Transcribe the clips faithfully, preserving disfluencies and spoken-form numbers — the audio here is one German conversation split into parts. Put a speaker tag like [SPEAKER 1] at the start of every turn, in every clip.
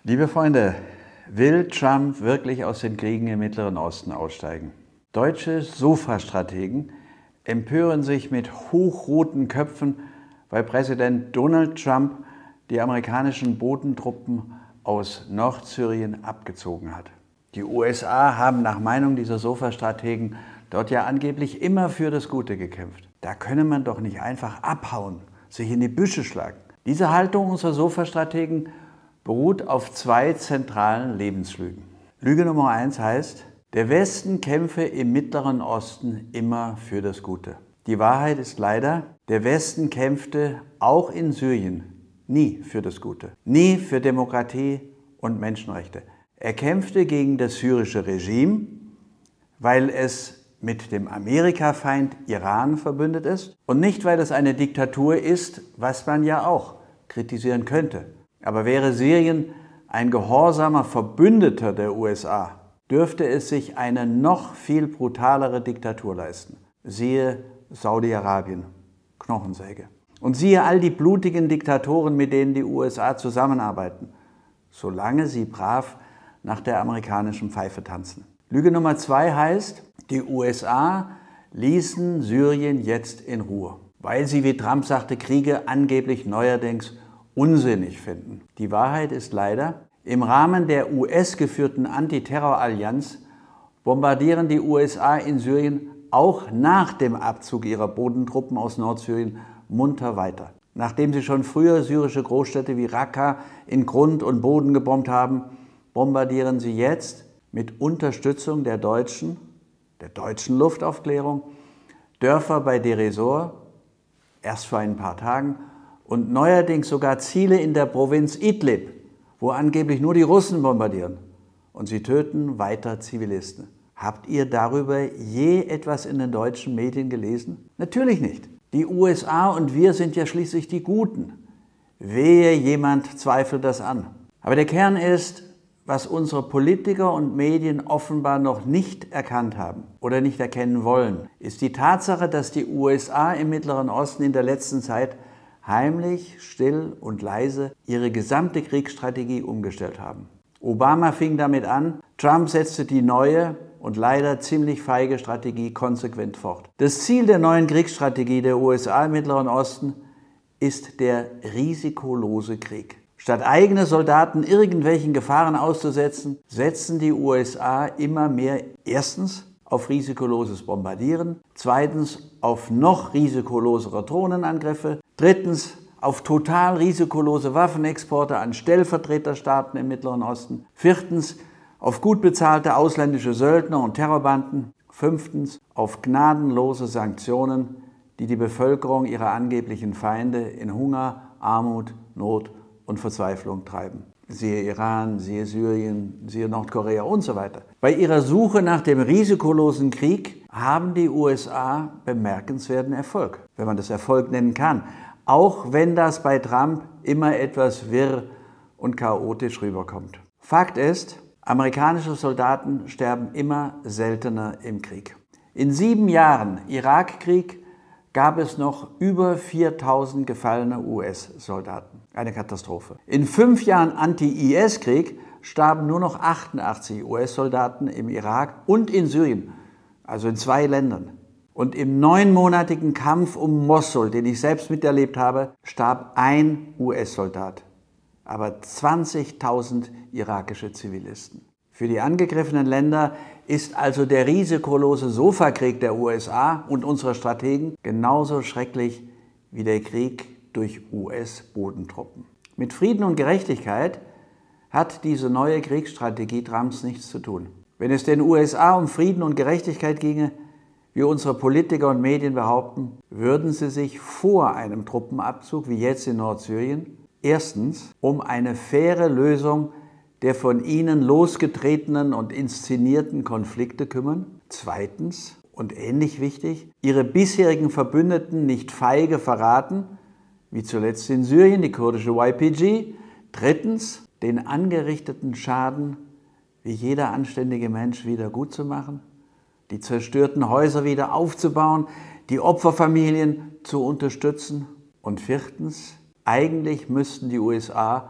[SPEAKER 1] Liebe Freunde, will Trump wirklich aus den Kriegen im Mittleren Osten aussteigen? Deutsche Sofastrategen empören sich mit hochroten Köpfen, weil Präsident Donald Trump die amerikanischen Bodentruppen aus Nordsyrien abgezogen hat. Die U S A haben nach Meinung dieser Sofastrategen dort ja angeblich immer für das Gute gekämpft. Da könne man doch nicht einfach abhauen, sich in die Büsche schlagen. Diese Haltung unserer Sofastrategen beruht auf zwei zentralen Lebenslügen. Lüge Nummer eins heißt, der Westen kämpfe im Mittleren Osten immer für das Gute. Die Wahrheit ist leider, der Westen kämpfte auch in Syrien nie für das Gute, nie für Demokratie und Menschenrechte. Er kämpfte gegen das syrische Regime, weil es mit dem Amerikafeind Iran verbündet ist und nicht, weil es eine Diktatur ist, was man ja auch kritisieren könnte. Aber wäre Syrien ein gehorsamer Verbündeter der U S A, dürfte es sich eine noch viel brutalere Diktatur leisten. Siehe Saudi-Arabien, Knochensäge. Und siehe all die blutigen Diktatoren, mit denen die U S A zusammenarbeiten, solange sie brav nach der amerikanischen Pfeife tanzen. Lüge Nummer zwei heißt, die U S A ließen Syrien jetzt in Ruhe, weil sie, wie Trump sagte, Kriege angeblich neuerdings unsinnig finden. Die Wahrheit ist leider, im Rahmen der U S-geführten Antiterrorallianz bombardieren die U S A in Syrien auch nach dem Abzug ihrer Bodentruppen aus Nordsyrien munter weiter. Nachdem sie schon früher syrische Großstädte wie Raqqa in Grund und Boden gebombt haben, bombardieren sie jetzt mit Unterstützung der deutschen, der deutschen Luftaufklärung, Dörfer bei Deir ez-Zor, erst vor ein paar Tagen, und neuerdings sogar Ziele in der Provinz Idlib, wo angeblich nur die Russen bombardieren. Und sie töten weiter Zivilisten. Habt ihr darüber je etwas in den deutschen Medien gelesen? Natürlich nicht. Die U S A und wir sind ja schließlich die Guten. Wehe, jemand zweifelt das an. Aber der Kern ist, was unsere Politiker und Medien offenbar noch nicht erkannt haben oder nicht erkennen wollen, ist die Tatsache, dass die U S A im Mittleren Osten in der letzten Zeit heimlich, still und leise ihre gesamte Kriegsstrategie umgestellt haben. Obama fing damit an, Trump setzte die neue und leider ziemlich feige Strategie konsequent fort. Das Ziel der neuen Kriegsstrategie der U S A im Mittleren Osten ist der risikolose Krieg. Statt eigene Soldaten irgendwelchen Gefahren auszusetzen, setzen die U S A immer mehr erstens auf risikoloses Bombardieren, zweitens auf noch risikolosere Drohnenangriffe, drittens auf total risikolose Waffenexporte an Stellvertreterstaaten im Mittleren Osten, viertens auf gut bezahlte ausländische Söldner und Terrorbanden, fünftens auf gnadenlose Sanktionen, die die Bevölkerung ihrer angeblichen Feinde in Hunger, Armut, Not und Verzweiflung treiben. Siehe Iran, siehe Syrien, siehe Nordkorea und so weiter. Bei ihrer Suche nach dem risikolosen Krieg haben die U S A bemerkenswerten Erfolg, wenn man das Erfolg nennen kann. Auch wenn das bei Trump immer etwas wirr und chaotisch rüberkommt. Fakt ist, amerikanische Soldaten sterben immer seltener im Krieg. In sieben Jahren Irakkrieg gab es noch über viertausend gefallene U S-Soldaten. Eine Katastrophe. In fünf Jahren Anti-I S-Krieg starben nur noch achtundachtzig U S-Soldaten im Irak und in Syrien, also in zwei Ländern. Und im neunmonatigen Kampf um Mossul, den ich selbst miterlebt habe, starb ein U S-Soldat, aber zwanzigtausend irakische Zivilisten. Für die angegriffenen Länder ist also der risikolose Sofakrieg der U S A und unserer Strategen genauso schrecklich wie der Krieg durch U S-Bodentruppen. Mit Frieden und Gerechtigkeit hat diese neue Kriegsstrategie Trumps nichts zu tun. Wenn es den U S A um Frieden und Gerechtigkeit ginge, wie unsere Politiker und Medien behaupten, würden sie sich vor einem Truppenabzug, wie jetzt in Nordsyrien, erstens um eine faire Lösung der von ihnen losgetretenen und inszenierten Konflikte kümmern, zweitens, und ähnlich wichtig, ihre bisherigen Verbündeten nicht feige verraten, wie zuletzt in Syrien die kurdische Y P G, drittens, den angerichteten Schaden wie jeder anständige Mensch wieder gut zu machen, die zerstörten Häuser wieder aufzubauen, die Opferfamilien zu unterstützen und viertens, eigentlich müssten die U S A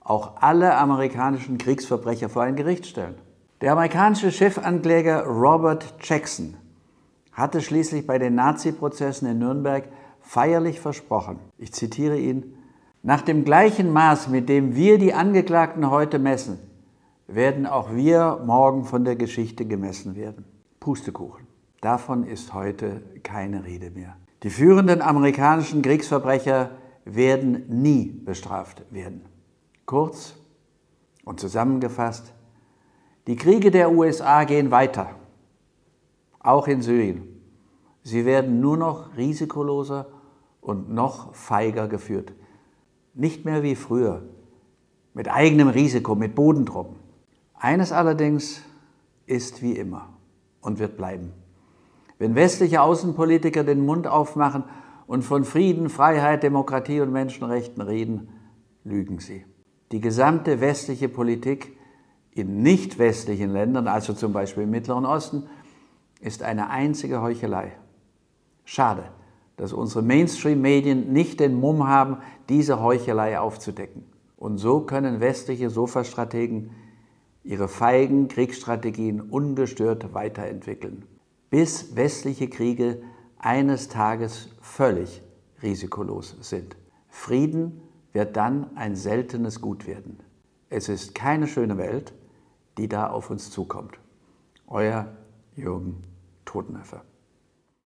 [SPEAKER 1] auch alle amerikanischen Kriegsverbrecher vor ein Gericht stellen. Der amerikanische Chefankläger Robert Jackson hatte schließlich bei den Nazi-Prozessen in Nürnberg feierlich versprochen, ich zitiere ihn, nach dem gleichen Maß, mit dem wir die Angeklagten heute messen, werden auch wir morgen von der Geschichte gemessen werden. Pustekuchen. Davon ist heute keine Rede mehr. Die führenden amerikanischen Kriegsverbrecher werden nie bestraft werden. Kurz und zusammengefasst, die Kriege der U S A gehen weiter, auch in Syrien. Sie werden nur noch risikoloser und noch feiger geführt. Nicht mehr wie früher, mit eigenem Risiko, mit Bodentruppen. Eines allerdings ist wie immer und wird bleiben. Wenn westliche Außenpolitiker den Mund aufmachen und von Frieden, Freiheit, Demokratie und Menschenrechten reden, lügen sie. Die gesamte westliche Politik in nicht westlichen Ländern, also zum Beispiel im Mittleren Osten, ist eine einzige Heuchelei. Schade, dass unsere Mainstream-Medien nicht den Mumm haben, diese Heuchelei aufzudecken. Und so können westliche Sofastrategen ihre feigen Kriegsstrategien ungestört weiterentwickeln, bis westliche Kriege eines Tages völlig risikolos sind. Frieden wird dann ein seltenes Gut werden. Es ist keine schöne Welt, die da auf uns zukommt. Euer Jürgen Todenhöfer.